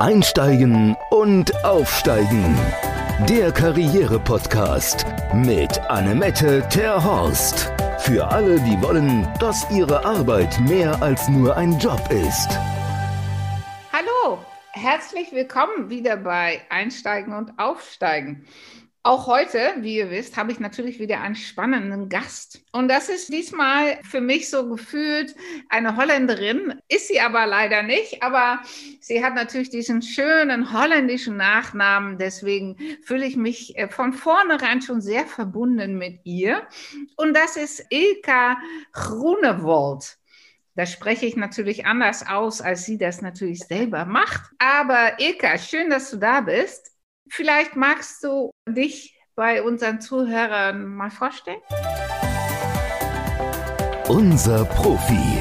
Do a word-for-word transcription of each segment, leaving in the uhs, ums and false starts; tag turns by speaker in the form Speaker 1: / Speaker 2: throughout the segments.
Speaker 1: Einsteigen und Aufsteigen. Der Karriere-Podcast mit Annemette Terhorst. Für alle, die wollen, dass ihre Arbeit mehr als nur ein Job ist.
Speaker 2: Hallo, herzlich willkommen wieder bei Einsteigen und Aufsteigen. Auch heute, wie ihr wisst, habe ich natürlich wieder einen spannenden Gast. Und das ist diesmal für mich so gefühlt eine Holländerin, ist sie aber leider nicht. Aber sie hat natürlich diesen schönen holländischen Nachnamen. Deswegen fühle ich mich von vornherein schon sehr verbunden mit ihr. Und das ist Ilka Groenewold. Das spreche ich natürlich anders aus, als sie das natürlich selber macht. Aber Ilka, schön, dass du da bist. Vielleicht magst du dich bei unseren Zuhörern mal vorstellen?
Speaker 1: Unser Profi.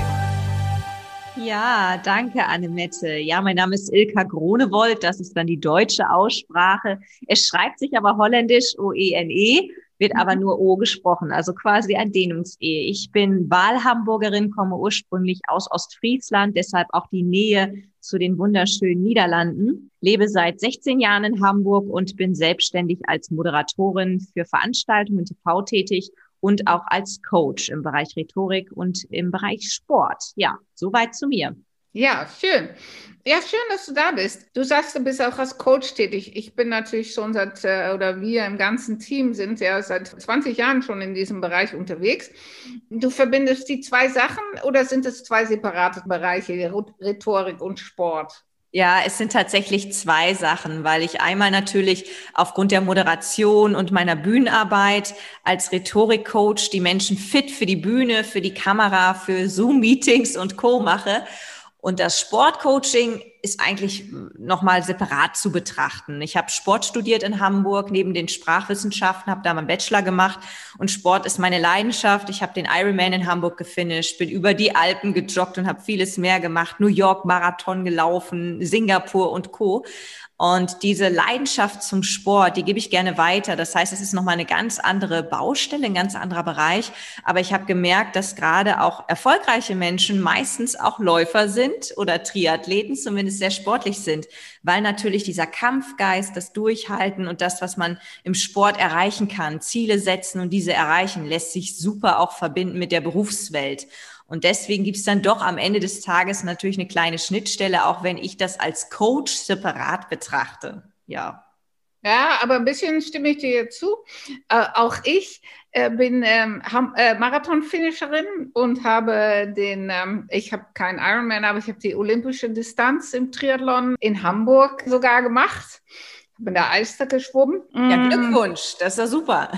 Speaker 3: Ja, danke, Annemette. Ja, mein Name ist Ilka Groenewold, das ist dann die deutsche Aussprache. Es schreibt sich aber holländisch O E N E, wird aber nur O gesprochen, also quasi ein Dehnungs-E. Ich bin Wahlhamburgerin, komme ursprünglich aus Ostfriesland, deshalb auch die Nähe zu den wunderschönen Niederlanden. Lebe seit sechzehn Jahren in Hamburg und bin selbstständig als Moderatorin für Veranstaltungen und T V tätig und auch als Coach im Bereich Rhetorik und im Bereich Sport. Ja, soweit zu mir.
Speaker 2: Ja, schön. Ja, schön, dass du da bist. Du sagst, du bist auch als Coach tätig. Ich bin natürlich schon seit, oder wir im ganzen Team sind ja seit zwanzig Jahren schon in diesem Bereich unterwegs. Du verbindest die zwei Sachen oder sind es zwei separate Bereiche, Rhetorik und Sport?
Speaker 3: Ja, es sind tatsächlich zwei Sachen, weil ich einmal natürlich aufgrund der Moderation und meiner Bühnenarbeit als Rhetorikcoach die Menschen fit für die Bühne, für die Kamera, für Zoom-Meetings und Co. mache. Und das Sportcoaching ist eigentlich nochmal separat zu betrachten. Ich habe Sport studiert in Hamburg, neben den Sprachwissenschaften, habe da meinen Bachelor gemacht und Sport ist meine Leidenschaft. Ich habe den Ironman in Hamburg gefinisht, bin über die Alpen gejoggt und habe vieles mehr gemacht, New York Marathon gelaufen, Singapur und Co. Und diese Leidenschaft zum Sport, die gebe ich gerne weiter. Das heißt, es ist nochmal eine ganz andere Baustelle, ein ganz anderer Bereich. Aber ich habe gemerkt, dass gerade auch erfolgreiche Menschen meistens auch Läufer sind oder Triathleten, zumindest sehr sportlich sind, weil natürlich dieser Kampfgeist, das Durchhalten und das, was man im Sport erreichen kann, Ziele setzen und diese erreichen, lässt sich super auch verbinden mit der Berufswelt. Und deswegen gibt es dann doch am Ende des Tages natürlich eine kleine Schnittstelle, auch wenn ich das als Coach separat betrachte. Ja.
Speaker 2: Ja, aber ein bisschen stimme ich dir zu. Äh, auch ich äh, bin ähm, äh, Marathon-Finisherin und habe den, ähm, ich habe keinen Ironman, aber ich habe die olympische Distanz im Triathlon in Hamburg sogar gemacht. Ich bin da Alster geschwommen.
Speaker 3: Ja, Glückwunsch, das ist ja super.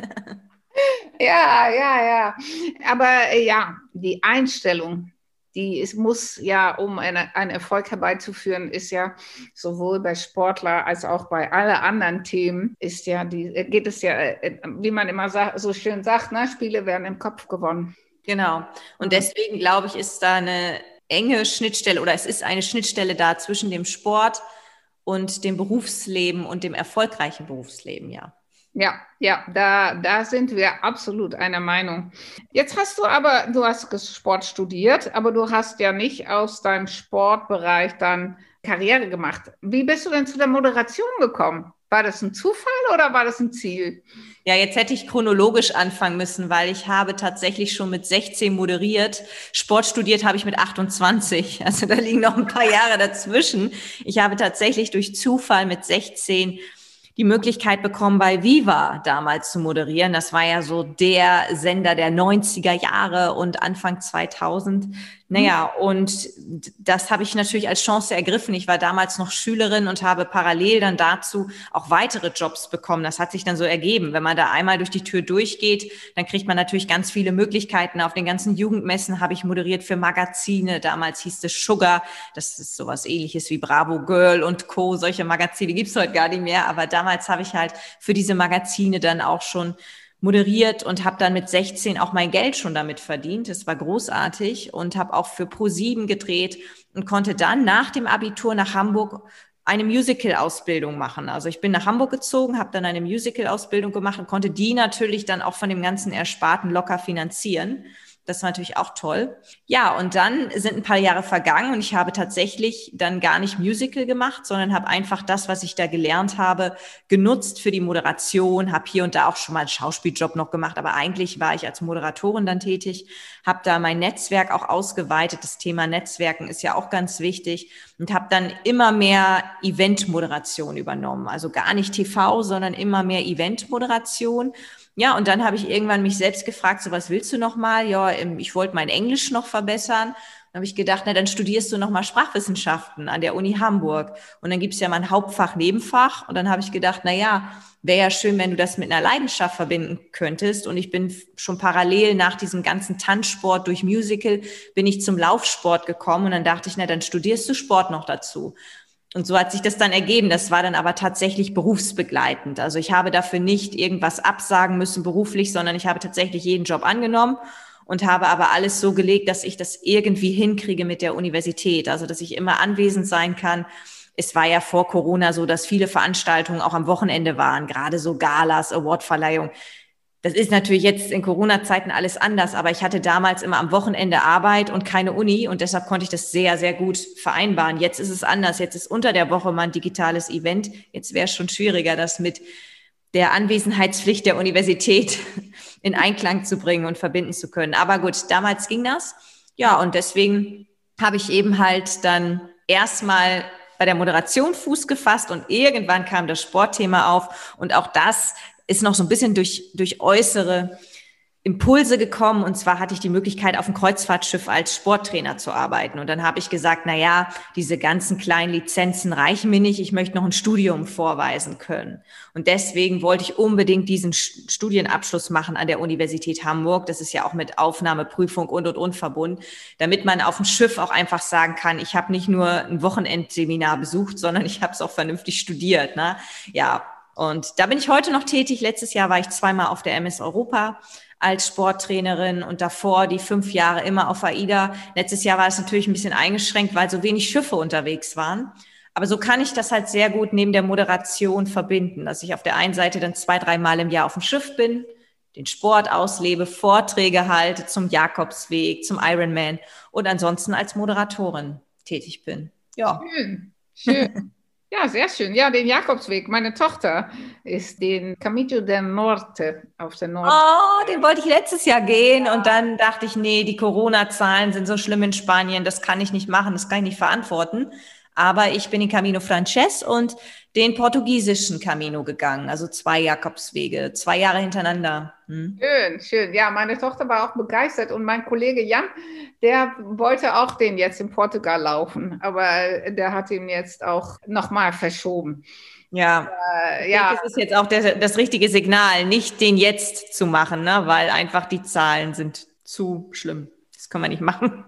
Speaker 2: Ja, ja, ja. Aber äh, ja, die Einstellung, die es muss ja, um eine, einen Erfolg herbeizuführen, ist ja sowohl bei Sportler als auch bei allen anderen Themen, ist ja die, geht es ja, äh, wie man immer sa- so schön sagt, ne, Spiele werden im Kopf gewonnen.
Speaker 3: Genau. Und deswegen glaube ich, ist da eine enge Schnittstelle oder es ist eine Schnittstelle da zwischen dem Sport und dem Berufsleben und dem erfolgreichen Berufsleben, ja.
Speaker 2: Ja, ja, da, da sind wir absolut einer Meinung. Jetzt hast du aber, du hast Sport studiert, aber du hast ja nicht aus deinem Sportbereich dann Karriere gemacht. Wie bist du denn zu der Moderation gekommen? War das ein Zufall oder war das ein Ziel?
Speaker 3: Ja, jetzt hätte ich chronologisch anfangen müssen, weil ich habe tatsächlich schon mit sechzehn moderiert. Sport studiert habe ich mit achtundzwanzig. Also da liegen noch ein paar Jahre dazwischen. Ich habe tatsächlich durch Zufall mit sechzehn die Möglichkeit bekommen, bei Viva damals zu moderieren. Das war ja so der Sender der neunziger Jahre und Anfang zweitausend. Naja, und das habe ich natürlich als Chance ergriffen. Ich war damals noch Schülerin und habe parallel dann dazu auch weitere Jobs bekommen. Das hat sich dann so ergeben. Wenn man da einmal durch die Tür durchgeht, dann kriegt man natürlich ganz viele Möglichkeiten. Auf den ganzen Jugendmessen habe ich moderiert für Magazine. Damals hieß es Sugar. Das ist sowas Ähnliches wie Bravo Girl und Co. Solche Magazine gibt's heute gar nicht mehr. Aber damals habe ich halt für diese Magazine dann auch schon moderiert und habe dann mit sechzehn auch mein Geld schon damit verdient. Das war großartig und habe auch für ProSieben gedreht und konnte dann nach dem Abitur nach Hamburg eine Musical-Ausbildung machen. Also ich bin nach Hamburg gezogen, habe dann eine Musical-Ausbildung gemacht und konnte die natürlich dann auch von dem ganzen Ersparten locker finanzieren. Das war natürlich auch toll. Ja, und dann sind ein paar Jahre vergangen und ich habe tatsächlich dann gar nicht Musical gemacht, sondern habe einfach das, was ich da gelernt habe, genutzt für die Moderation, habe hier und da auch schon mal einen Schauspieljob noch gemacht, aber eigentlich war ich als Moderatorin dann tätig, habe da mein Netzwerk auch ausgeweitet. Das Thema Netzwerken ist ja auch ganz wichtig und habe dann immer mehr Eventmoderation übernommen. Also gar nicht T V, sondern immer mehr Eventmoderation. Ja, und dann habe ich irgendwann mich selbst gefragt, so was willst du noch mal? Ja, ich wollte mein Englisch noch verbessern. Dann habe ich gedacht, na, dann studierst du noch mal Sprachwissenschaften an der Uni Hamburg. Und dann gibt's ja mal ein Hauptfach, Nebenfach. Und dann habe ich gedacht, na ja, wäre ja schön, wenn du das mit einer Leidenschaft verbinden könntest. Und ich bin schon parallel nach diesem ganzen Tanzsport durch Musical, bin ich zum Laufsport gekommen. Und dann dachte ich, na, dann studierst du Sport noch dazu. Und so hat sich das dann ergeben. Das war dann aber tatsächlich berufsbegleitend. Also ich habe dafür nicht irgendwas absagen müssen beruflich, sondern ich habe tatsächlich jeden Job angenommen und habe aber alles so gelegt, dass ich das irgendwie hinkriege mit der Universität. Also dass ich immer anwesend sein kann. Es war ja vor Corona so, dass viele Veranstaltungen auch am Wochenende waren, gerade so Galas, Awardverleihung. Das ist natürlich jetzt in Corona-Zeiten alles anders, aber ich hatte damals immer am Wochenende Arbeit und keine Uni und deshalb konnte ich das sehr, sehr gut vereinbaren. Jetzt ist es anders. Jetzt ist unter der Woche mal ein digitales Event. Jetzt wäre es schon schwieriger, das mit der Anwesenheitspflicht der Universität in Einklang zu bringen und verbinden zu können. Aber gut, damals ging das. Ja, und deswegen habe ich eben halt dann erstmal bei der Moderation Fuß gefasst und irgendwann kam das Sportthema auf und auch das ist noch so ein bisschen durch, durch äußere Impulse gekommen. Und zwar hatte ich die Möglichkeit, auf dem Kreuzfahrtschiff als Sporttrainer zu arbeiten. Und dann habe ich gesagt, na ja, diese ganzen kleinen Lizenzen reichen mir nicht. Ich möchte noch ein Studium vorweisen können. Und deswegen wollte ich unbedingt diesen Studienabschluss machen an der Universität Hamburg. Das ist ja auch mit Aufnahmeprüfung und, und, und verbunden, damit man auf dem Schiff auch einfach sagen kann, ich habe nicht nur ein Wochenendseminar besucht, sondern ich habe es auch vernünftig studiert. Ne? Ja, und da bin ich heute noch tätig. Letztes Jahr war ich zweimal auf der M S Europa als Sporttrainerin und davor die fünf Jahre immer auf AIDA. Letztes Jahr war es natürlich ein bisschen eingeschränkt, weil so wenig Schiffe unterwegs waren. Aber so kann ich das halt sehr gut neben der Moderation verbinden, dass ich auf der einen Seite dann zwei, dreimal im Jahr auf dem Schiff bin, den Sport auslebe, Vorträge halte zum Jakobsweg, zum Ironman und ansonsten als Moderatorin tätig bin. Ja.
Speaker 2: Schön, schön. Ja, sehr schön. Ja, den Jakobsweg. Meine Tochter ist den Camino del Norte auf der Nord.
Speaker 3: Oh, den wollte ich letztes Jahr gehen und dann dachte ich, nee, die Corona-Zahlen sind so schlimm in Spanien, das kann ich nicht machen, das kann ich nicht verantworten. Aber ich bin den Camino Frances und den portugiesischen Camino gegangen, also zwei Jakobswege, zwei Jahre hintereinander. Hm.
Speaker 2: Schön, schön. Ja, meine Tochter war auch begeistert und mein Kollege Jan, der wollte auch den jetzt in Portugal laufen, aber der hat ihn jetzt auch nochmal verschoben.
Speaker 3: Ja, äh, ja. Denke, das ist jetzt auch der, das richtige Signal, nicht den jetzt zu machen, ne? Weil einfach die Zahlen sind zu schlimm. Das kann man nicht machen.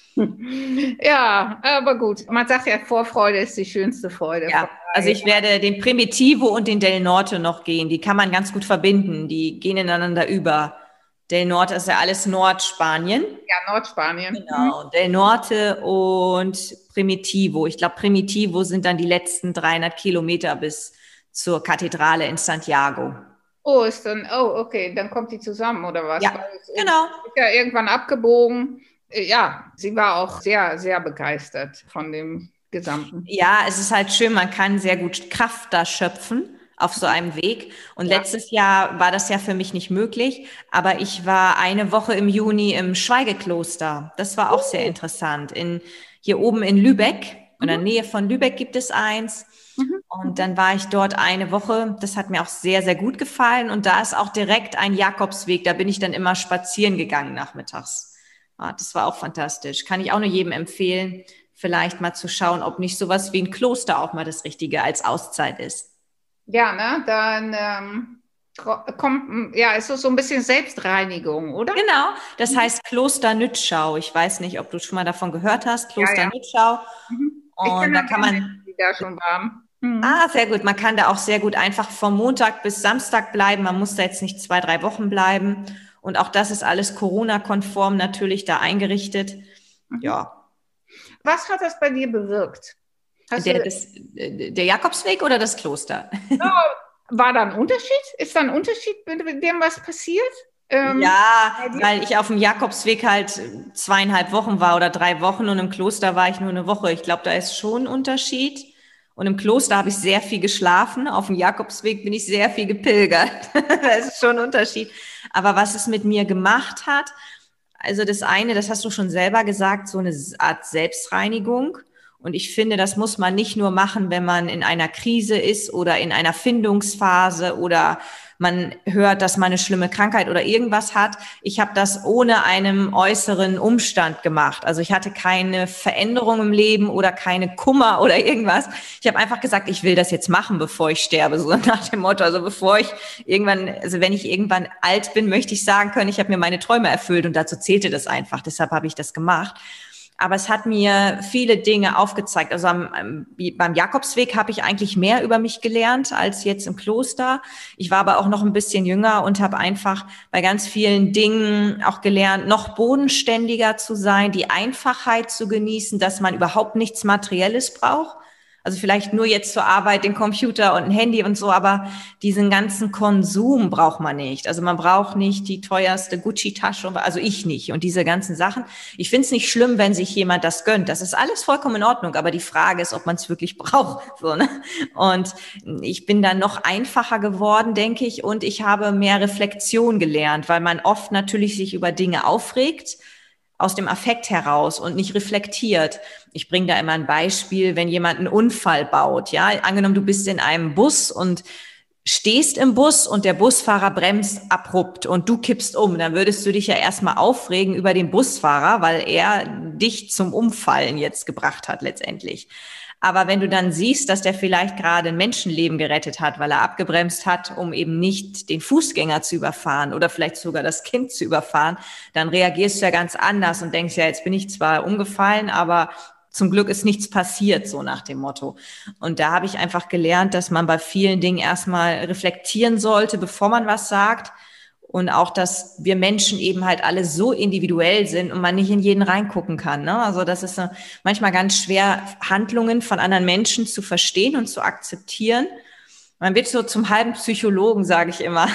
Speaker 2: Ja, aber gut. Man sagt ja, Vorfreude ist die schönste Freude.
Speaker 3: Ja, also ich werde den Primitivo und den Del Norte noch gehen. Die kann man ganz gut verbinden. Die gehen ineinander über. Del Norte ist ja alles Nordspanien.
Speaker 2: Ja, Nordspanien.
Speaker 3: Genau. Mhm. Del Norte und Primitivo. Ich glaube, Primitivo sind dann die letzten dreihundert Kilometer bis zur Kathedrale in Santiago.
Speaker 2: Oh, ist dann, oh, okay, dann kommt die zusammen, oder was?
Speaker 3: Ja, genau.
Speaker 2: Ist ja irgendwann abgebogen. Ja, sie war auch sehr, sehr begeistert von dem Gesamten.
Speaker 3: Ja, es ist halt schön, man kann sehr gut Kraft da schöpfen auf so einem Weg. Und ja. Letztes Jahr war das ja für mich nicht möglich, aber ich war eine Woche im Juni im Schweigekloster. Das war auch oh. sehr interessant. In, hier oben in Lübeck, in der Nähe von Lübeck gibt es eins. Mhm. Und dann war ich dort eine Woche. Das hat mir auch sehr, sehr gut gefallen. Und da ist auch direkt ein Jakobsweg. Da bin ich dann immer spazieren gegangen nachmittags. Ah, das war auch fantastisch. Kann ich auch nur jedem empfehlen, vielleicht mal zu schauen, ob nicht sowas wie ein Kloster auch mal das Richtige als Auszeit ist.
Speaker 2: Ja, ne, dann ähm, kommt, ja, ist so ein bisschen Selbstreinigung, oder?
Speaker 3: Genau, das mhm. heißt Kloster Nützschau. Ich weiß nicht, ob du schon mal davon gehört hast, Kloster ja, ja. Nützschau.
Speaker 2: Mhm. Und da kann man... Die da schon waren.
Speaker 3: Mhm. Ah, sehr gut. Man kann da auch sehr gut einfach vom Montag bis Samstag bleiben. Man muss da jetzt nicht zwei, drei Wochen bleiben. Und auch das ist alles Corona-konform natürlich da eingerichtet. Mhm. Ja.
Speaker 2: Was hat das bei dir bewirkt?
Speaker 3: Der, das, der Jakobsweg oder das Kloster?
Speaker 2: Ja, war da ein Unterschied? Ist da ein Unterschied, mit dem was passiert? Ähm,
Speaker 3: Ja, weil ich auf dem Jakobsweg halt zweieinhalb Wochen war oder drei Wochen und im Kloster war ich nur eine Woche. Ich glaube, da ist schon ein Unterschied. Und im Kloster habe ich sehr viel geschlafen. Auf dem Jakobsweg bin ich sehr viel gepilgert. Da ist schon ein Unterschied. Aber was es mit mir gemacht hat, also das eine, das hast du schon selber gesagt, so eine Art Selbstreinigung. Und ich finde, das muss man nicht nur machen, wenn man in einer Krise ist oder in einer Findungsphase oder man hört, dass man eine schlimme Krankheit oder irgendwas hat. Ich habe das ohne einen äußeren Umstand gemacht. Also ich hatte keine Veränderung im Leben oder keine Kummer oder irgendwas. Ich habe einfach gesagt, ich will das jetzt machen, bevor ich sterbe. So nach dem Motto, also bevor ich irgendwann, also wenn ich irgendwann alt bin, möchte ich sagen können, ich habe mir meine Träume erfüllt und dazu zählte das einfach. Deshalb habe ich das gemacht. Aber es hat mir viele Dinge aufgezeigt. Also am, beim Jakobsweg habe ich eigentlich mehr über mich gelernt als jetzt im Kloster. Ich war aber auch noch ein bisschen jünger und habe einfach bei ganz vielen Dingen auch gelernt, noch bodenständiger zu sein, die Einfachheit zu genießen, dass man überhaupt nichts Materielles braucht. Also vielleicht nur jetzt zur Arbeit den Computer und ein Handy und so, aber diesen ganzen Konsum braucht man nicht. Also man braucht nicht die teuerste Gucci-Tasche, also ich nicht. Und diese ganzen Sachen. Ich finde es nicht schlimm, wenn sich jemand das gönnt. Das ist alles vollkommen in Ordnung. Aber die Frage ist, ob man es wirklich braucht. So, ne? Und ich bin dann noch einfacher geworden, denke ich. Und ich habe mehr Reflexion gelernt, weil man oft natürlich sich über Dinge aufregt, aus dem Affekt heraus und nicht reflektiert. Ich bringe da immer ein Beispiel, wenn jemand einen Unfall baut, ja, angenommen, du bist in einem Bus und stehst im Bus und der Busfahrer bremst abrupt und du kippst um, dann würdest du dich ja erstmal aufregen über den Busfahrer, weil er dich zum Umfallen jetzt gebracht hat letztendlich. Aber wenn du dann siehst, dass der vielleicht gerade ein Menschenleben gerettet hat, weil er abgebremst hat, um eben nicht den Fußgänger zu überfahren oder vielleicht sogar das Kind zu überfahren, dann reagierst du ja ganz anders und denkst, ja, jetzt bin ich zwar umgefallen, aber zum Glück ist nichts passiert, so nach dem Motto. Und da habe ich einfach gelernt, dass man bei vielen Dingen erstmal reflektieren sollte, bevor man was sagt. Und auch, dass wir Menschen eben halt alle so individuell sind und man nicht in jeden reingucken kann. Ne? Also das ist manchmal ganz schwer, Handlungen von anderen Menschen zu verstehen und zu akzeptieren. Man wird so zum halben Psychologen, sage ich immer.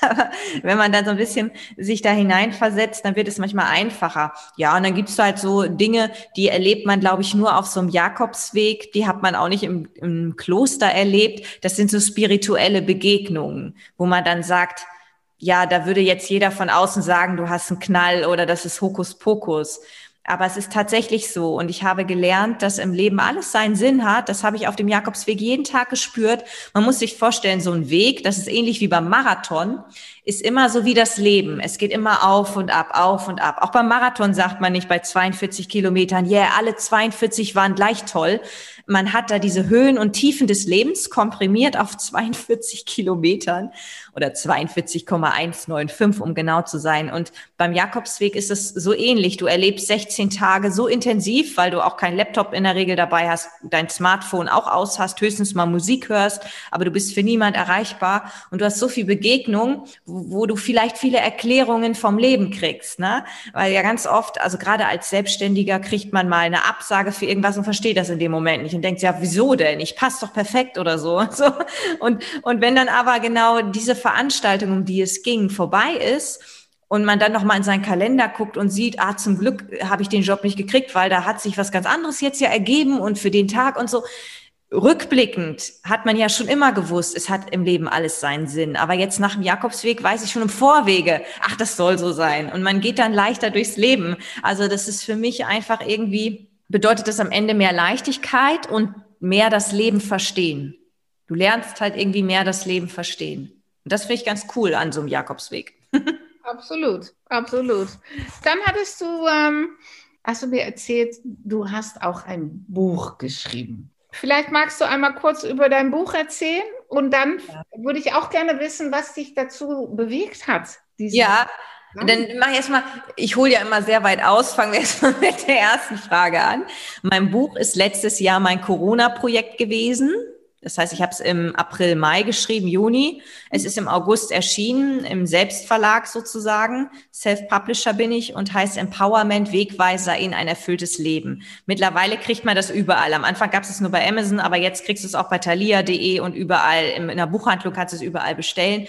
Speaker 3: Wenn man dann so ein bisschen sich da hineinversetzt, dann wird es manchmal einfacher. Ja, und dann gibt's halt so Dinge, die erlebt man, glaube ich, nur auf so einem Jakobsweg. Die hat man auch nicht im, im Kloster erlebt. Das sind so spirituelle Begegnungen, wo man dann sagt, ja, da würde jetzt jeder von außen sagen, du hast einen Knall oder das ist Hokuspokus. Aber es ist tatsächlich so. Und ich habe gelernt, dass im Leben alles seinen Sinn hat. Das habe ich auf dem Jakobsweg jeden Tag gespürt. Man muss sich vorstellen, so ein Weg, das ist ähnlich wie beim Marathon, ist immer so wie das Leben. Es geht immer auf und ab, auf und ab. Auch beim Marathon sagt man nicht bei zweiundvierzig Kilometern, yeah, alle zweiundvierzig waren gleich toll. Man hat da diese Höhen und Tiefen des Lebens komprimiert auf zweiundvierzig Kilometern oder zweiundvierzig Komma hundertfünfundneunzig, um genau zu sein. Und beim Jakobsweg ist es so ähnlich. Du erlebst sechzehn Tage so intensiv, weil du auch keinen Laptop in der Regel dabei hast, dein Smartphone auch aus hast, höchstens mal Musik hörst, aber du bist für niemand erreichbar und du hast so viel Begegnung, wo, wo du vielleicht viele Erklärungen vom Leben kriegst, ne? Weil ja ganz oft, also gerade als Selbstständiger kriegt man mal eine Absage für irgendwas und versteht das in dem Moment nicht und denkt, ja, wieso denn? Ich passe doch perfekt oder so. so. Und, und wenn dann aber genau diese Veranstaltung, um die es ging, vorbei ist und man dann nochmal in seinen Kalender guckt und sieht, ah, zum Glück habe ich den Job nicht gekriegt, weil da hat sich was ganz anderes jetzt ja ergeben und für den Tag und so. Rückblickend hat man ja schon immer gewusst, es hat im Leben alles seinen Sinn. Aber jetzt nach dem Jakobsweg weiß ich schon im Vorwege, ach, das soll so sein. Und man geht dann leichter durchs Leben. Also das ist für mich einfach irgendwie, bedeutet das am Ende mehr Leichtigkeit und mehr das Leben verstehen. Du lernst halt irgendwie mehr das Leben verstehen. Und das finde ich ganz cool an so einem Jakobsweg.
Speaker 2: Absolut, absolut. Dann hattest du, ähm, hast du mir erzählt, du hast auch ein Buch geschrieben. Vielleicht magst du einmal kurz über dein Buch erzählen und dann ja. würde ich auch gerne wissen, was dich dazu bewegt hat.
Speaker 3: Ja, dann mach ich erstmal, ich hole ja immer sehr weit aus, fangen wir erstmal mit der ersten Frage an. Mein Buch ist letztes Jahr mein Corona-Projekt gewesen. Das heißt, ich habe es im April, Mai geschrieben, Juni. Es ist im August erschienen, im Selbstverlag sozusagen. Self-Publisher bin ich und heißt Empowerment, Wegweiser in ein erfülltes Leben. Mittlerweile kriegt man das überall. Am Anfang gab es es nur bei Amazon, aber jetzt kriegst du es auch bei thalia punkt de und überall. In der Buchhandlung kannst du es überall bestellen.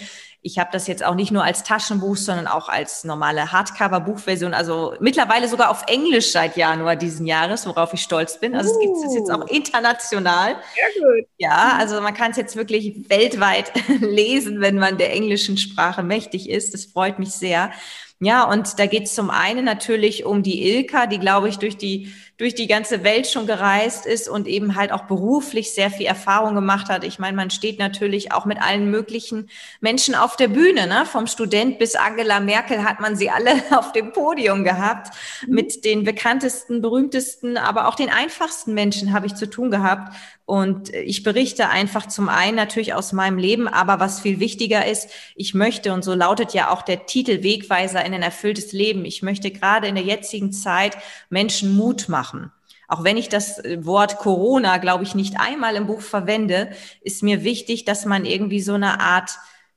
Speaker 3: ich habe das jetzt auch nicht nur als Taschenbuch, sondern auch als normale Hardcover-Buchversion, also mittlerweile sogar auf Englisch seit Januar diesen Jahres, worauf ich stolz bin. Also es gibt es jetzt auch international.
Speaker 2: Sehr gut.
Speaker 3: Ja, also man kann es jetzt wirklich weltweit lesen, wenn man der englischen Sprache mächtig ist. Das freut mich sehr. Ja, und da geht es zum einen natürlich um die Ilka, die, glaube ich, durch die durch die ganze Welt schon gereist ist und eben halt auch beruflich sehr viel Erfahrung gemacht hat. Ich meine, man steht natürlich auch mit allen möglichen Menschen auf der Bühne, ne? Vom Student bis Angela Merkel hat man sie alle auf dem Podium gehabt. Mhm. Mit den bekanntesten, berühmtesten, aber auch den einfachsten Menschen habe ich zu tun gehabt. Und ich berichte einfach zum einen natürlich aus meinem Leben, aber was viel wichtiger ist, ich möchte, und so lautet ja auch der Titel Wegweiser in ein erfülltes Leben, ich möchte gerade in der jetzigen Zeit Menschen Mut machen. Auch wenn ich das Wort Corona, glaube ich, nicht einmal im Buch verwende, ist mir wichtig, dass man irgendwie so eine Art,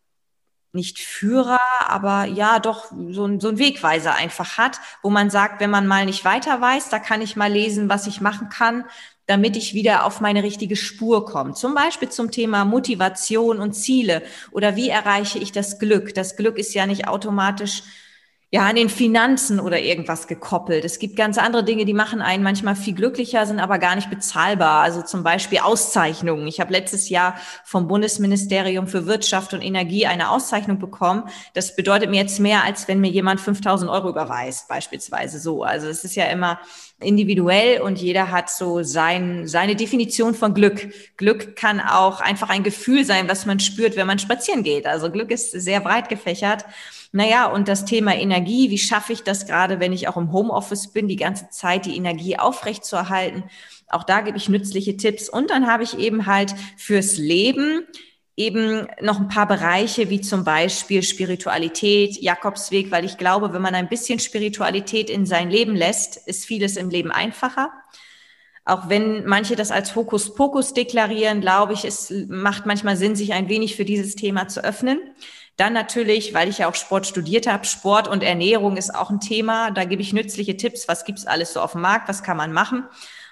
Speaker 3: nicht Führer, aber ja doch so ein, so ein Wegweiser einfach hat, wo man sagt, wenn man mal nicht weiter weiß, da kann ich mal lesen, was ich machen kann, damit ich wieder auf meine richtige Spur komme. Zum Beispiel zum Thema Motivation und Ziele oder wie erreiche ich das Glück. Das Glück ist ja nicht automatisch ja an den Finanzen oder irgendwas gekoppelt. Es gibt ganz andere Dinge, die machen einen manchmal viel glücklicher, sind aber gar nicht bezahlbar. Also zum Beispiel Auszeichnungen. Ich habe letztes Jahr vom Bundesministerium für Wirtschaft und Energie eine Auszeichnung bekommen. Das bedeutet mir jetzt mehr, als wenn mir jemand fünftausend Euro überweist, beispielsweise so. Also es ist ja immer individuell und jeder hat so sein, seine Definition von Glück. Glück kann auch einfach ein Gefühl sein, was man spürt, wenn man spazieren geht. Also Glück ist sehr breit gefächert. Naja, und das Thema Energie, wie schaffe ich das gerade, wenn ich auch im Homeoffice bin, die ganze Zeit die Energie aufrechtzuerhalten? Auch da gebe ich nützliche Tipps. Und dann habe ich eben halt fürs Leben eben noch ein paar Bereiche, wie zum Beispiel Spiritualität, Jakobsweg, weil ich glaube, wenn man ein bisschen Spiritualität in sein Leben lässt, ist vieles im Leben einfacher. Auch wenn manche das als Hokuspokus deklarieren, glaube ich, es macht manchmal Sinn, sich ein wenig für dieses Thema zu öffnen. Dann natürlich, weil ich ja auch Sport studiert habe, Sport und Ernährung ist auch ein Thema. Da gebe ich nützliche Tipps. Was gibt's alles so auf dem Markt? Was kann man machen?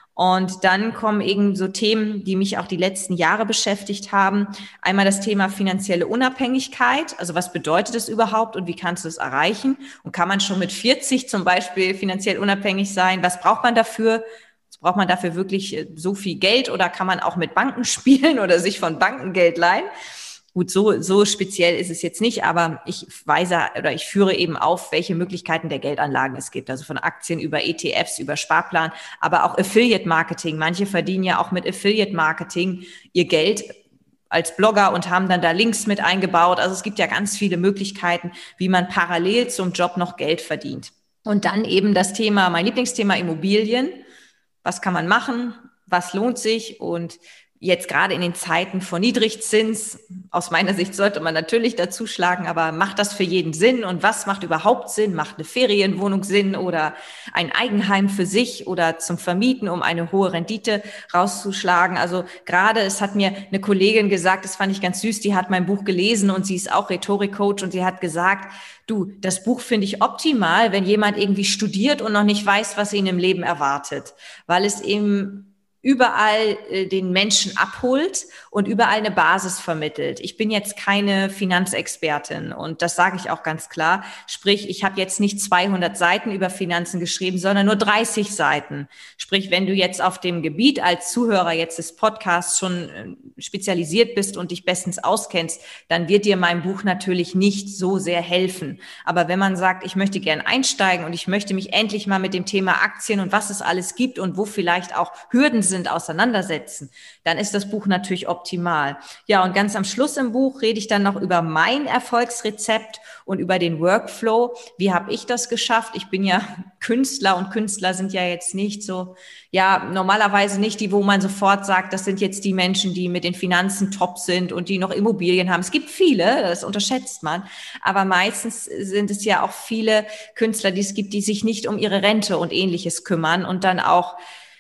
Speaker 3: Und dann kommen eben so Themen, die mich auch die letzten Jahre beschäftigt haben. Einmal das Thema finanzielle Unabhängigkeit. Also was bedeutet es überhaupt und wie kannst du es erreichen? Und kann man schon mit vierzig zum Beispiel finanziell unabhängig sein? Was braucht man dafür? Braucht man dafür wirklich so viel Geld oder kann man auch mit Banken spielen oder sich von Banken Geld leihen? Gut, so, so speziell ist es jetzt nicht, aber ich weise oder ich führe eben auf, welche Möglichkeiten der Geldanlagen es gibt. Also von Aktien über E T Fs, über Sparplan, aber auch Affiliate-Marketing. Manche verdienen ja auch mit Affiliate-Marketing ihr Geld als Blogger und haben dann da Links mit eingebaut. Also es gibt ja ganz viele Möglichkeiten, wie man parallel zum Job noch Geld verdient. Und dann eben das Thema, mein Lieblingsthema Immobilien. Was kann man machen? Was lohnt sich? Und jetzt gerade in den Zeiten von Niedrigzins, aus meiner Sicht sollte man natürlich dazu schlagen, aber macht das für jeden Sinn? Und was macht überhaupt Sinn? Macht eine Ferienwohnung Sinn oder ein Eigenheim für sich oder zum Vermieten, um eine hohe Rendite rauszuschlagen? Also gerade, es hat mir eine Kollegin gesagt, das fand ich ganz süß, die hat mein Buch gelesen und sie ist auch Rhetorikcoach und sie hat gesagt, du, das Buch finde ich optimal, wenn jemand irgendwie studiert und noch nicht weiß, was ihn im Leben erwartet, weil es eben überall äh, den Menschen abholt und überall eine Basis vermittelt. Ich bin jetzt keine Finanzexpertin und das sage ich auch ganz klar. Sprich, ich habe jetzt nicht zweihundert Seiten über Finanzen geschrieben, sondern nur dreißig Seiten. Sprich, wenn du jetzt auf dem Gebiet als Zuhörer jetzt des Podcasts schon äh, spezialisiert bist und dich bestens auskennst, dann wird dir mein Buch natürlich nicht so sehr helfen. Aber wenn man sagt, ich möchte gern einsteigen und ich möchte mich endlich mal mit dem Thema Aktien und was es alles gibt und wo vielleicht auch Hürden sind, auseinandersetzen, dann ist das Buch natürlich optimal. Ja, und ganz am Schluss im Buch rede ich dann noch über mein Erfolgsrezept und über den Workflow. Wie habe ich das geschafft? Ich bin ja Künstler und Künstler sind ja jetzt nicht so, ja, normalerweise nicht die, wo man sofort sagt, das sind jetzt die Menschen, die mit den Finanzen top sind und die noch Immobilien haben. Es gibt viele, das unterschätzt man, aber meistens sind es ja auch viele Künstler, die es gibt, die sich nicht um ihre Rente und Ähnliches kümmern und dann auch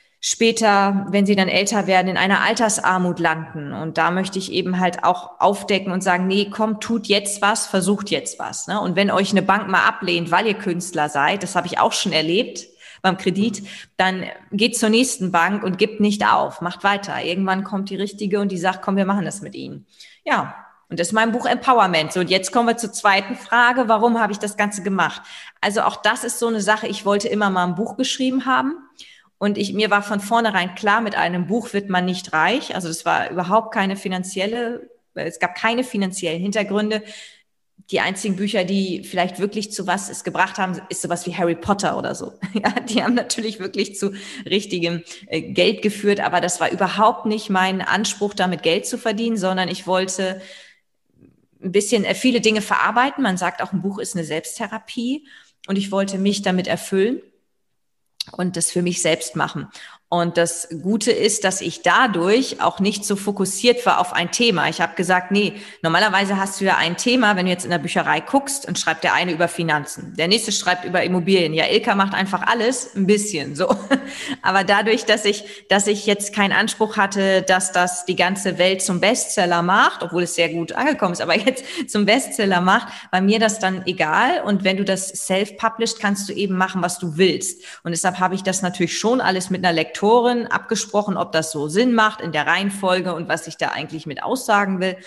Speaker 3: später, wenn sie dann älter werden, in einer Altersarmut landen. Und da möchte ich eben halt auch aufdecken und sagen, nee, komm, tut jetzt was, versucht jetzt was. Ne? Und wenn euch eine Bank mal ablehnt, weil ihr Künstler seid, das habe ich auch schon erlebt beim Kredit, dann geht zur nächsten Bank und gibt nicht auf, macht weiter. Irgendwann kommt die richtige und die sagt, komm, wir machen das mit Ihnen. Ja, Und das ist mein Buch Empowerment. So, und jetzt kommen wir zur zweiten Frage. Warum habe ich das Ganze gemacht? Also auch das ist so eine Sache. Ich wollte immer mal ein Buch geschrieben haben. Und ich, mir war von vornherein klar, mit einem Buch wird man nicht reich. Also das war überhaupt keine finanzielle, es gab keine finanziellen Hintergründe. Die einzigen Bücher, die vielleicht wirklich zu was es gebracht haben, ist sowas wie Harry Potter oder so. Ja, die haben natürlich wirklich zu richtigem äh, Geld geführt, aber das war überhaupt nicht mein Anspruch, damit Geld zu verdienen, sondern ich wollte ein bisschen äh, viele Dinge verarbeiten. Man sagt auch, ein Buch ist eine Selbsttherapie und ich wollte mich damit erfüllen und das für mich selbst machen. Und das Gute ist, dass ich dadurch auch nicht so fokussiert war auf ein Thema. Ich habe gesagt, nee, normalerweise hast du ja ein Thema, wenn du jetzt in der Bücherei guckst und schreibt der eine über Finanzen, der nächste schreibt über Immobilien. Ja, Ilka macht einfach alles ein bisschen so. Aber dadurch, dass ich, dass ich jetzt keinen Anspruch hatte, dass das die ganze Welt zum Bestseller macht, obwohl es sehr gut angekommen ist, aber jetzt zum Bestseller macht, war mir das dann egal. Und wenn du das self-published, kannst du eben machen, was du willst. Und deshalb habe ich das natürlich schon alles mit einer Lektorin abgesprochen, ob das so Sinn macht in der Reihenfolge und was ich da eigentlich mit aussagen will.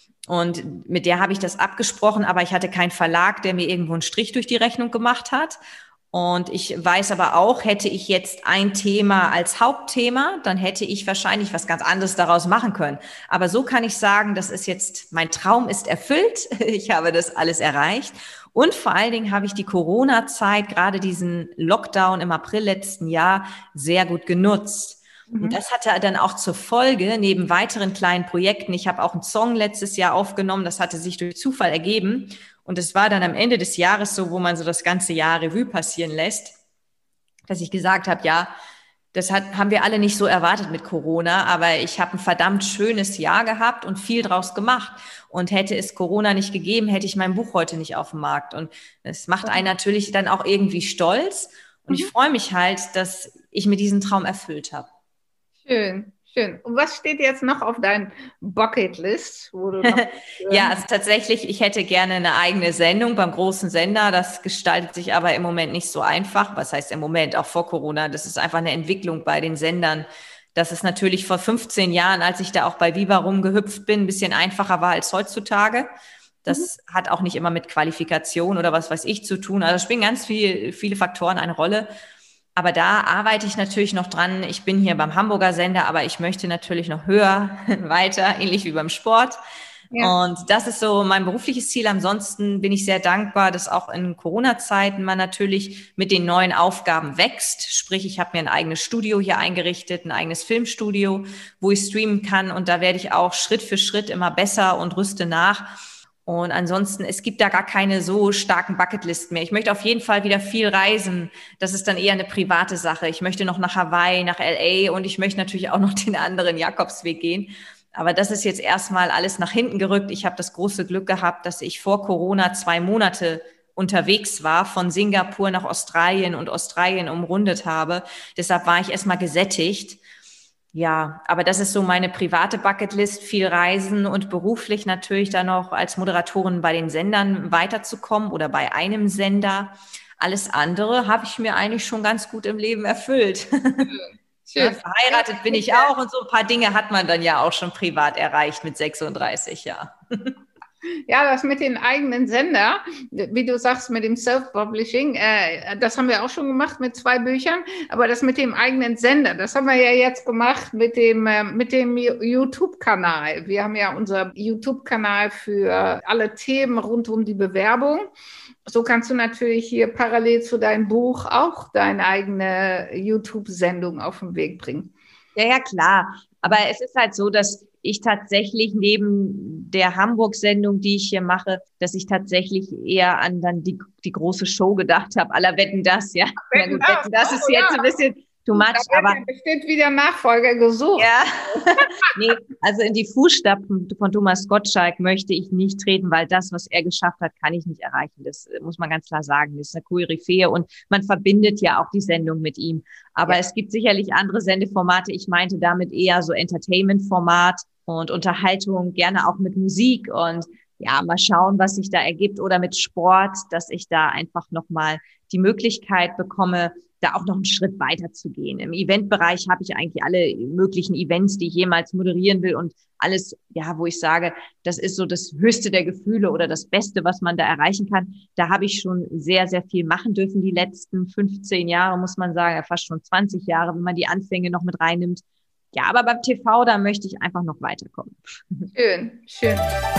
Speaker 3: Und mit der habe ich das abgesprochen, aber ich hatte keinen Verlag, der mir irgendwo einen Strich durch die Rechnung gemacht hat. Und ich weiß aber auch, hätte ich jetzt ein Thema als Hauptthema, dann hätte ich wahrscheinlich was ganz anderes daraus machen können. Aber so kann ich sagen, das ist jetzt, mein Traum ist erfüllt. Ich habe das alles erreicht. Und vor allen Dingen habe ich die Corona-Zeit, gerade diesen Lockdown im April letzten Jahr, sehr gut genutzt. Mhm. Und das hatte dann auch zur Folge, neben weiteren kleinen Projekten, ich habe auch einen Song letztes Jahr aufgenommen, das hatte sich durch Zufall ergeben. Und es war dann am Ende des Jahres so, wo man so das ganze Jahr Revue passieren lässt, dass ich gesagt habe, ja, das hat, haben wir alle nicht so erwartet mit Corona, aber ich habe ein verdammt schönes Jahr gehabt und viel draus gemacht. Und hätte es Corona nicht gegeben, hätte ich mein Buch heute nicht auf dem Markt. Und das macht einen natürlich dann auch irgendwie stolz. Und mhm. ich freue mich halt, dass ich mir diesen Traum erfüllt habe.
Speaker 2: Schön. Schön. Und was steht jetzt noch auf deinem Bucketlist? Wo du noch
Speaker 3: ja, also tatsächlich, ich hätte gerne eine eigene Sendung beim großen Sender. Das gestaltet sich aber im Moment nicht so einfach. Was heißt im Moment, auch vor Corona? Das ist einfach eine Entwicklung bei den Sendern. Dass es natürlich vor fünfzehn Jahren, als ich da auch bei Viva rumgehüpft bin, ein bisschen einfacher war als heutzutage. Das mhm. hat auch nicht immer mit Qualifikation oder was weiß ich zu tun. Also spielen ganz viel, viele Faktoren eine Rolle. Aber da arbeite ich natürlich noch dran. Ich bin hier beim Hamburger Sender, aber ich möchte natürlich noch höher, weiter, ähnlich wie beim Sport. Ja. Und das ist so mein berufliches Ziel. Ansonsten bin ich sehr dankbar, dass auch in Corona-Zeiten man natürlich mit den neuen Aufgaben wächst. Sprich, ich habe mir ein eigenes Studio hier eingerichtet, ein eigenes Filmstudio, wo ich streamen kann. Und da werde ich auch Schritt für Schritt immer besser und rüste nach. Und ansonsten, es gibt da gar keine so starken Bucketlisten mehr. Ich möchte auf jeden Fall wieder viel reisen. Das ist dann eher eine private Sache. Ich möchte noch nach Hawaii, nach L A und ich möchte natürlich auch noch den anderen Jakobsweg gehen. Aber das ist jetzt erstmal alles nach hinten gerückt. Ich habe das große Glück gehabt, dass ich vor Corona zwei Monate unterwegs war, von Singapur nach Australien und Australien umrundet habe. Deshalb war ich erstmal gesättigt. Ja, aber das ist so meine private Bucketlist, viel reisen und beruflich natürlich dann noch als Moderatorin bei den Sendern weiterzukommen oder bei einem Sender. Alles andere habe ich mir eigentlich schon ganz gut im Leben erfüllt. Schön. Ja, verheiratet bin ich auch und so ein paar Dinge hat man dann ja auch schon privat erreicht mit sechsunddreißig, ja.
Speaker 2: Ja, das mit den eigenen Sender, wie du sagst, mit dem Self-Publishing, äh, das haben wir auch schon gemacht mit zwei Büchern, aber das mit dem eigenen Sender, das haben wir ja jetzt gemacht mit dem, äh, mit dem YouTube-Kanal. Wir haben ja unser YouTube-Kanal für alle Themen rund um die Bewerbung. So kannst du natürlich hier parallel zu deinem Buch auch deine eigene YouTube-Sendung auf den Weg bringen.
Speaker 3: Ja, ja, klar. Aber es ist halt so, dass ich tatsächlich neben der Hamburg-Sendung, die ich hier mache, dass ich tatsächlich eher an dann die, die große Show gedacht habe, aller Wetten, das, ja.
Speaker 2: Wetten,
Speaker 3: das,
Speaker 2: Wetten, das
Speaker 3: ist oh, jetzt ja. ein bisschen too much,
Speaker 2: da
Speaker 3: aber
Speaker 2: ja bestimmt wieder Nachfolger gesucht.
Speaker 3: Ja, nee, also in die Fußstapfen von Thomas Gottschalk möchte ich nicht treten, weil das, was er geschafft hat, kann ich nicht erreichen. Das muss man ganz klar sagen. Das ist eine Koryphäe und man verbindet ja auch die Sendung mit ihm. Aber ja. es gibt sicherlich andere Sendeformate. Ich meinte damit eher so Entertainment-Format und Unterhaltung, gerne auch mit Musik und ja, mal schauen, was sich da ergibt oder mit Sport, dass ich da einfach nochmal die Möglichkeit bekomme, da auch noch einen Schritt weiter zu gehen. Im Eventbereich habe ich eigentlich alle möglichen Events, die ich jemals moderieren will und alles, ja, wo ich sage, das ist so das Höchste der Gefühle oder das Beste, was man da erreichen kann. Da habe ich schon sehr, sehr viel machen dürfen die letzten fünfzehn Jahre, muss man sagen, ja, fast schon zwanzig Jahre, wenn man die Anfänge noch mit reinnimmt. Ja, aber beim T V, da möchte ich einfach noch weiterkommen.
Speaker 2: Schön, schön.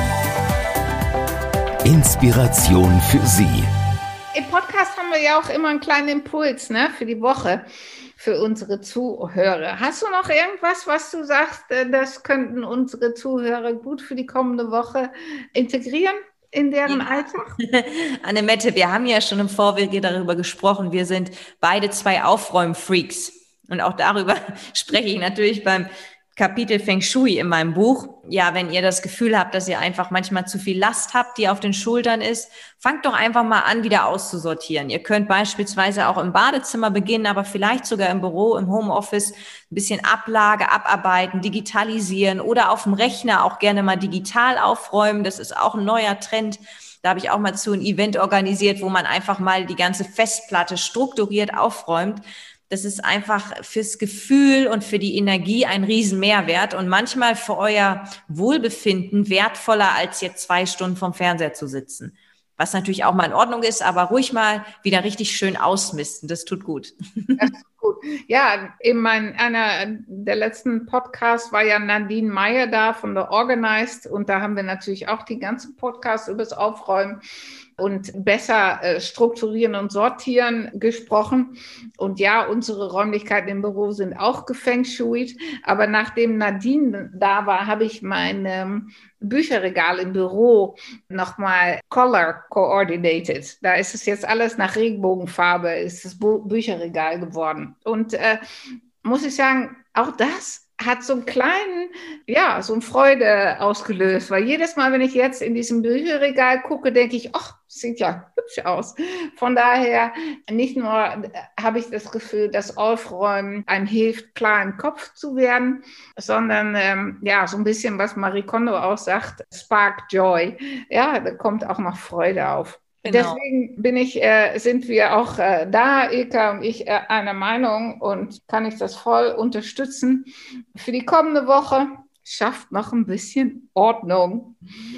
Speaker 1: Inspiration für Sie.
Speaker 2: Im Podcast haben wir ja auch immer einen kleinen Impuls, ne, für die Woche, für unsere Zuhörer. Hast du noch irgendwas, was du sagst, das könnten unsere Zuhörer gut für die kommende Woche integrieren in deren ja. Alltag?
Speaker 3: Annemette, wir haben ja schon im Vorwege darüber gesprochen. Wir sind beide zwei Aufräumfreaks. Und auch darüber spreche ich natürlich beim Kapitel Feng Shui in meinem Buch. Ja, wenn ihr das Gefühl habt, dass ihr einfach manchmal zu viel Last habt, die auf den Schultern ist, fangt doch einfach mal an, wieder auszusortieren. Ihr könnt beispielsweise auch im Badezimmer beginnen, aber vielleicht sogar im Büro, im Homeoffice ein bisschen Ablage, abarbeiten, digitalisieren oder auf dem Rechner auch gerne mal digital aufräumen. Das ist auch ein neuer Trend. Da habe ich auch mal zu ein Event organisiert, wo man einfach mal die ganze Festplatte strukturiert aufräumt. Das ist einfach fürs Gefühl und für die Energie ein Riesenmehrwert und manchmal für euer Wohlbefinden wertvoller, als jetzt zwei Stunden vom Fernseher zu sitzen. Was natürlich auch mal in Ordnung ist, aber ruhig mal wieder richtig schön ausmisten. Das tut gut.
Speaker 2: Das tut gut. Ja, in mein, einer der letzten Podcasts war ja Nadine Meyer da von The Organized und da haben wir natürlich auch die ganzen Podcasts über das Aufräumen und besser äh, strukturieren und sortieren gesprochen. Und ja, unsere Räumlichkeiten im Büro sind auch gefengschuit. Aber nachdem Nadine da war, habe ich mein ähm, Bücherregal im Büro nochmal color coordinated. Da ist es jetzt alles nach Regenbogenfarbe, ist das Bu- Bücherregal geworden. Und äh, muss ich sagen, auch das hat so einen kleinen, ja, so eine Freude ausgelöst, weil jedes Mal, wenn ich jetzt in diesem Bücherregal gucke, denke ich, ach, sieht ja hübsch aus. Von daher, nicht nur habe ich das Gefühl, dass Aufräumen einem hilft, klar im Kopf zu werden, sondern ähm, ja, so ein bisschen, was Marie Kondo auch sagt, Spark Joy. Ja, da kommt auch noch Freude auf. Genau. Deswegen bin ich, äh, sind wir auch äh, da, Ilka und ich, äh, einer Meinung und kann ich das voll unterstützen. Für die kommende Woche schafft noch ein bisschen Ordnung.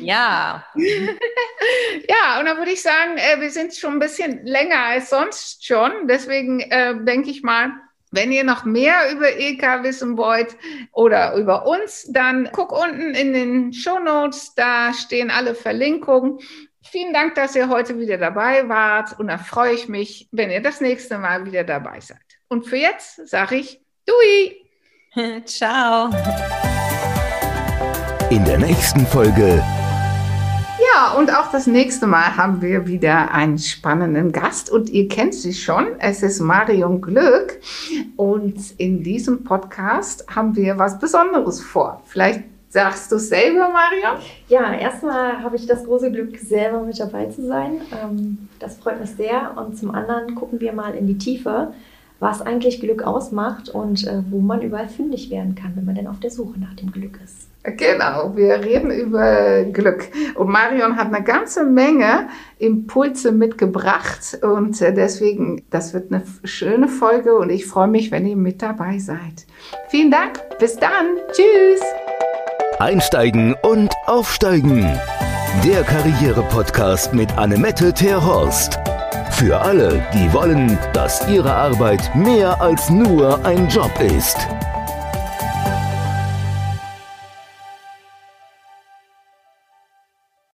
Speaker 3: Ja.
Speaker 2: Ja, und dann würde ich sagen, äh, wir sind schon ein bisschen länger als sonst schon. Deswegen äh, denke ich mal, wenn ihr noch mehr über Ilka wissen wollt oder über uns, dann guck unten in den Shownotes, da stehen alle Verlinkungen. Vielen Dank, dass ihr heute wieder dabei wart und da freue ich mich, wenn ihr das nächste Mal wieder dabei seid. Und für jetzt sage ich Dui!
Speaker 3: Ciao!
Speaker 1: In der nächsten Folge.
Speaker 2: Ja, und auch das nächste Mal haben wir wieder einen spannenden Gast und ihr kennt sie schon. Es ist Marion Glück und in diesem Podcast haben wir was Besonderes vor. Vielleicht sagst du es selber, Marion?
Speaker 4: Ja, erstmal habe ich das große Glück, selber mit dabei zu sein. Das freut mich sehr. Und zum anderen gucken wir mal in die Tiefe, was eigentlich Glück ausmacht und wo man überall fündig werden kann, wenn man denn auf der Suche nach dem Glück ist.
Speaker 2: Genau, wir reden über Glück. Und Marion hat eine ganze Menge Impulse mitgebracht. Und deswegen, das wird eine schöne Folge und ich freue mich, wenn ihr mit dabei seid. Vielen Dank, bis dann, tschüss!
Speaker 1: Einsteigen und aufsteigen. Der Karriere-Podcast mit Annemette Terhorst. Für alle, die wollen, dass ihre Arbeit mehr als nur ein Job ist.